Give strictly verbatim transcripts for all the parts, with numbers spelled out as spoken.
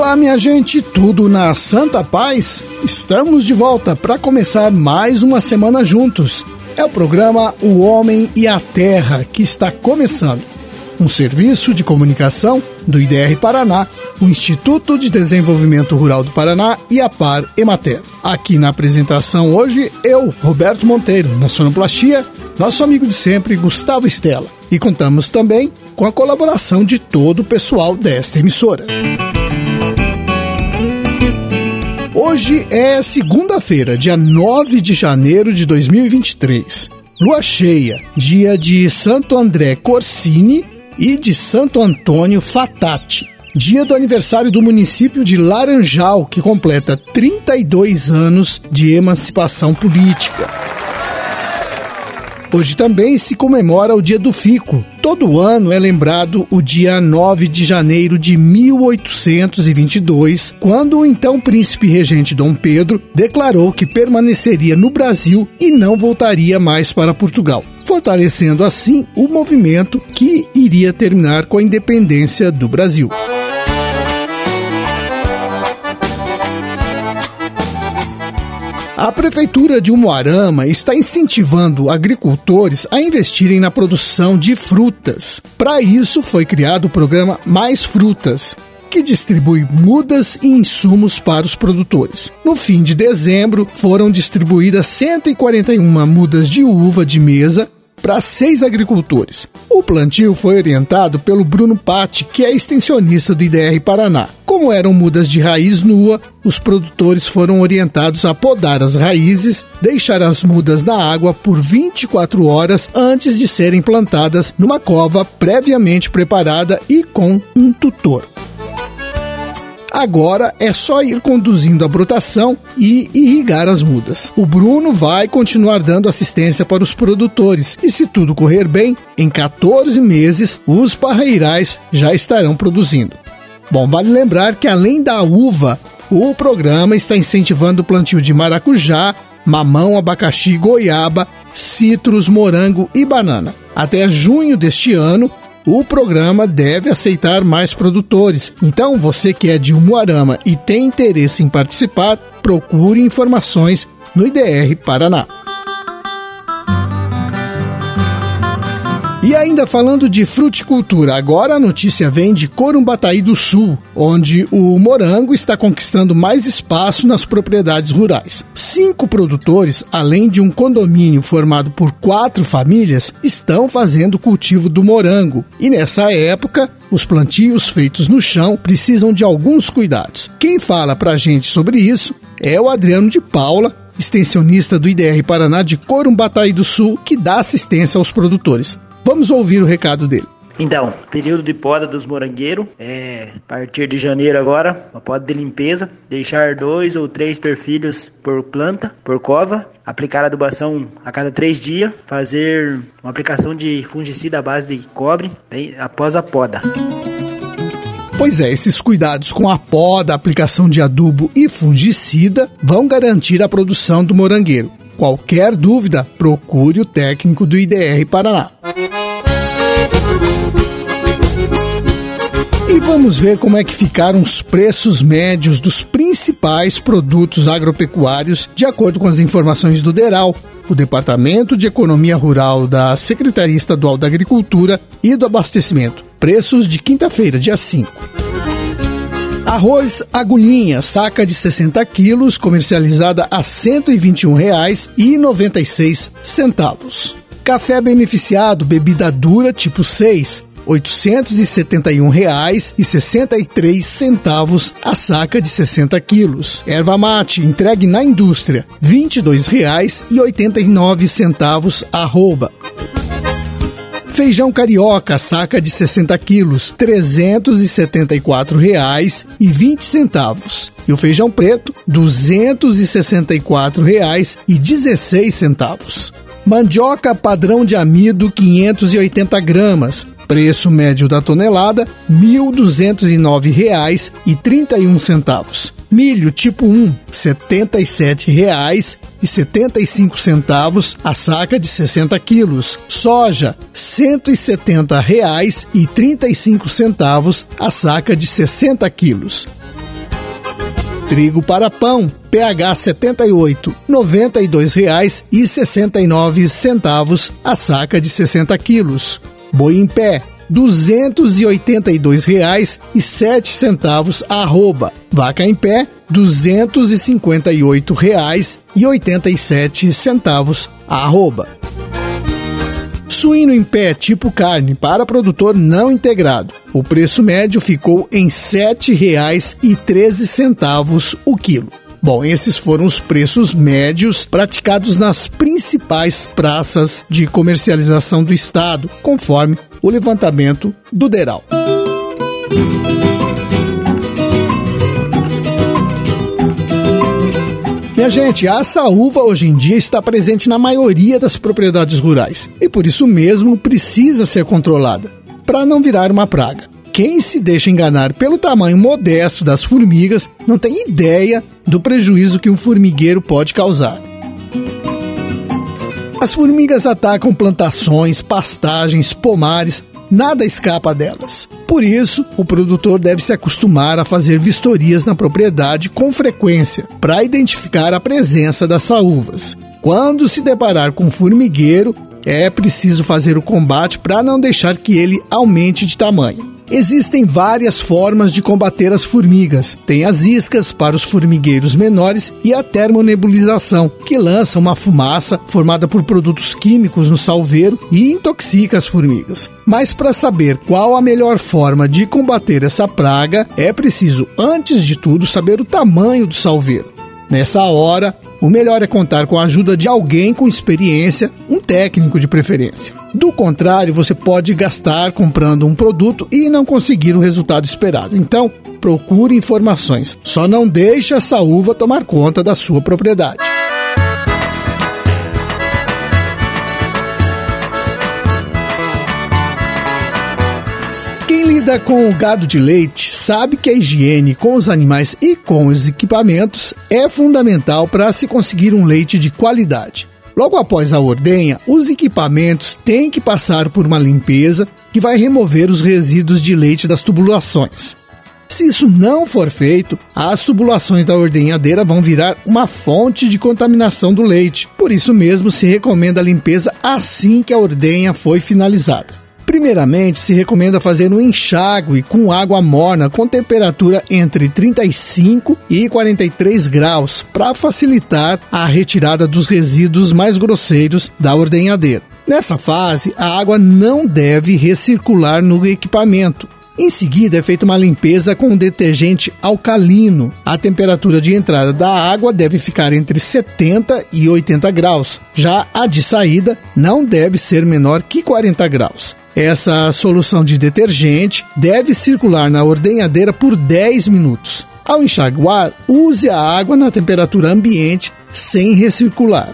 Olá, minha gente, tudo na Santa Paz? Estamos de volta para começar mais uma semana juntos. É o programa O Homem e a Terra que está começando. Um serviço de comunicação do I D R Paraná, o Instituto de Desenvolvimento Rural do Paraná e a Par Emater. Aqui na apresentação hoje, eu, Roberto Monteiro, na sonoplastia, nosso amigo de sempre, Gustavo Estela. E contamos também com a colaboração de todo o pessoal desta emissora. Hoje é segunda-feira, dia nove de janeiro de dois mil e vinte e três. Lua cheia, dia de Santo André Corsini e de Santo Antônio Fatati. Dia do aniversário do município de Laranjal, que completa trinta e dois anos de emancipação política. Hoje também se comemora o Dia do Fico. Todo ano é lembrado o dia nove de janeiro de mil oitocentos e vinte e dois, quando o então príncipe regente Dom Pedro declarou que permaneceria no Brasil e não voltaria mais para Portugal, fortalecendo assim o movimento que iria terminar com a independência do Brasil. A Prefeitura de Umuarama está incentivando agricultores a investirem na produção de frutas. Para isso, foi criado o programa Mais Frutas, que distribui mudas e insumos para os produtores. No fim de dezembro, foram distribuídas cento e quarenta e uma mudas de uva de mesa para seis agricultores. O plantio foi orientado pelo Bruno Patti, que é extensionista do I D R Paraná. Como eram mudas de raiz nua, os produtores foram orientados a podar as raízes, deixar as mudas na água por vinte e quatro horas antes de serem plantadas numa cova previamente preparada e com um tutor. Agora é só ir conduzindo a brotação e irrigar as mudas. O Bruno vai continuar dando assistência para os produtores e, se tudo correr bem, em quatorze meses os parreirais já estarão produzindo. Bom, vale lembrar que além da uva, o programa está incentivando o plantio de maracujá, mamão, abacaxi, goiaba, citros, morango e banana. Até junho deste ano, o programa deve aceitar mais produtores. Então, você que é de Umuarama e tem interesse em participar, procure informações no I D R Paraná. E ainda falando de fruticultura, agora a notícia vem de Corumbataí do Sul, onde o morango está conquistando mais espaço nas propriedades rurais. Cinco produtores, além de um condomínio formado por quatro famílias, estão fazendo o cultivo do morango. E nessa época, os plantios feitos no chão precisam de alguns cuidados. Quem fala pra gente sobre isso é o Adriano de Paula, extensionista do I D R Paraná de Corumbataí do Sul, que dá assistência aos produtores. Vamos ouvir o recado dele. Então, período de poda dos morangueiros, é a partir de janeiro agora, uma poda de limpeza, deixar dois ou três perfilhos por planta, por cova, aplicar adubação a cada três dias, fazer uma aplicação de fungicida à base de cobre bem, após a poda. Pois é, esses cuidados com a poda, a aplicação de adubo e fungicida vão garantir a produção do morangueiro. Qualquer dúvida, procure o técnico do I D R Paraná. E vamos ver como é que ficaram os preços médios dos principais produtos agropecuários, de acordo com as informações do DERAL, o Departamento de Economia Rural da Secretaria Estadual da Agricultura e do Abastecimento. Preços de quinta-feira, dia cinco. Arroz agulhinha, saca de sessenta quilos, comercializada a cento e vinte e um reais e noventa e seis centavos. Café beneficiado, bebida dura tipo seis, oitocentos e setenta e um reais e sessenta e três centavos a saca de sessenta quilos. Erva mate, entregue na indústria, vinte e dois reais e oitenta e nove centavos arroba. Feijão carioca, saca de sessenta quilos, trezentos e setenta e quatro reais e vinte centavos. E o feijão preto, duzentos e sessenta e quatro reais e dezesseis centavos. Mandioca padrão de amido, quinhentos e oitenta gramas. Preço médio da tonelada, mil duzentos e nove reais e trinta e um centavos. Milho tipo um, setenta e sete reais e setenta e cinco centavos a saca de sessenta quilos. Soja, cento e setenta reais e trinta e cinco centavos a saca de sessenta quilos. Trigo para pão, P H setenta e oito, noventa e dois reais e sessenta e nove centavos a saca de sessenta quilos. Boi em pé, duzentos e oitenta e dois reais e sete centavos a arroba. Vaca em pé, duzentos e cinquenta e oito reais e oitenta e sete centavos a arroba. Suíno em pé tipo carne para produtor não integrado. O preço médio ficou em sete reais e treze centavos o quilo. Bom, esses foram os preços médios praticados nas principais praças de comercialização do estado, conforme o levantamento do Deral. Minha gente, a saúva hoje em dia está presente na maioria das propriedades rurais e por isso mesmo precisa ser controlada, para não virar uma praga. Quem se deixa enganar pelo tamanho modesto das formigas não tem ideia do prejuízo que um formigueiro pode causar. As formigas atacam plantações, pastagens, pomares, nada escapa delas. Por isso, o produtor deve se acostumar a fazer vistorias na propriedade com frequência para identificar a presença das saúvas. Quando se deparar com um formigueiro, é preciso fazer o combate para não deixar que ele aumente de tamanho. Existem várias formas de combater as formigas. Tem as iscas para os formigueiros menores e a termonebulização, que lança uma fumaça formada por produtos químicos no salveiro e intoxica as formigas. Mas para saber qual a melhor forma de combater essa praga, é preciso, antes de tudo, saber o tamanho do salveiro. Nessa hora, o melhor é contar com a ajuda de alguém com experiência, um técnico de preferência. Do contrário, você pode gastar comprando um produto e não conseguir o resultado esperado. Então, procure informações. Só não deixe a saúva tomar conta da sua propriedade. Quem lida com o gado de leite sabe que a higiene com os animais e com os equipamentos é fundamental para se conseguir um leite de qualidade. Logo após a ordenha, os equipamentos têm que passar por uma limpeza que vai remover os resíduos de leite das tubulações. Se isso não for feito, as tubulações da ordenhadeira vão virar uma fonte de contaminação do leite. Por isso mesmo, se recomenda a limpeza assim que a ordenha foi finalizada. Primeiramente, se recomenda fazer um enxágue com água morna com temperatura entre trinta e cinco e quarenta e três graus para facilitar a retirada dos resíduos mais grosseiros da ordenhadeira. Nessa fase, a água não deve recircular no equipamento. Em seguida, é feita uma limpeza com um detergente alcalino. A temperatura de entrada da água deve ficar entre setenta e oitenta graus. Já a de saída não deve ser menor que quarenta graus. Essa solução de detergente deve circular na ordenhadeira por dez minutos. Ao enxaguar, use a água na temperatura ambiente sem recircular.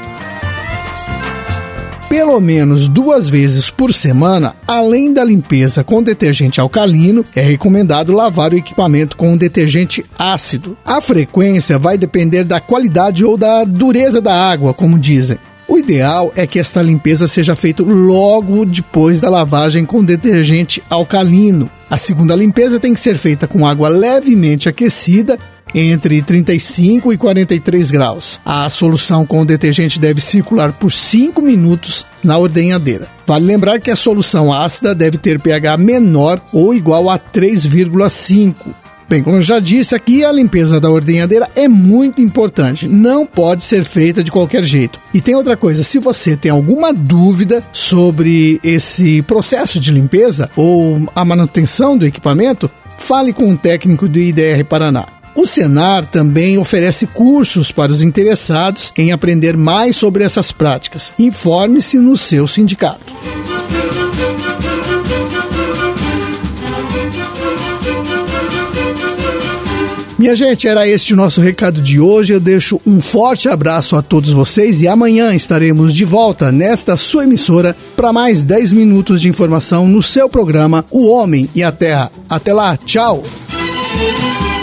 Pelo menos duas vezes por semana, além da limpeza com detergente alcalino, é recomendado lavar o equipamento com um detergente ácido. A frequência vai depender da qualidade ou da dureza da água, como dizem. O ideal é que esta limpeza seja feita logo depois da lavagem com detergente alcalino. A segunda limpeza tem que ser feita com água levemente aquecida, entre trinta e cinco e quarenta e três graus. A solução com o detergente deve circular por cinco minutos na ordenhadeira. Vale lembrar que a solução ácida deve ter pH menor ou igual a três vírgula cinco. Bem, como eu já disse aqui, a limpeza da ordenhadeira é muito importante, não pode ser feita de qualquer jeito. E tem outra coisa, se você tem alguma dúvida sobre esse processo de limpeza ou a manutenção do equipamento, fale com um técnico do I D R Paraná. O Senar também oferece cursos para os interessados em aprender mais sobre essas práticas. Informe-se no seu sindicato. Minha gente, era este o nosso recado de hoje. Eu deixo um forte abraço a todos vocês e amanhã estaremos de volta nesta sua emissora para mais dez minutos de informação no seu programa O Homem e a Terra. Até lá, tchau!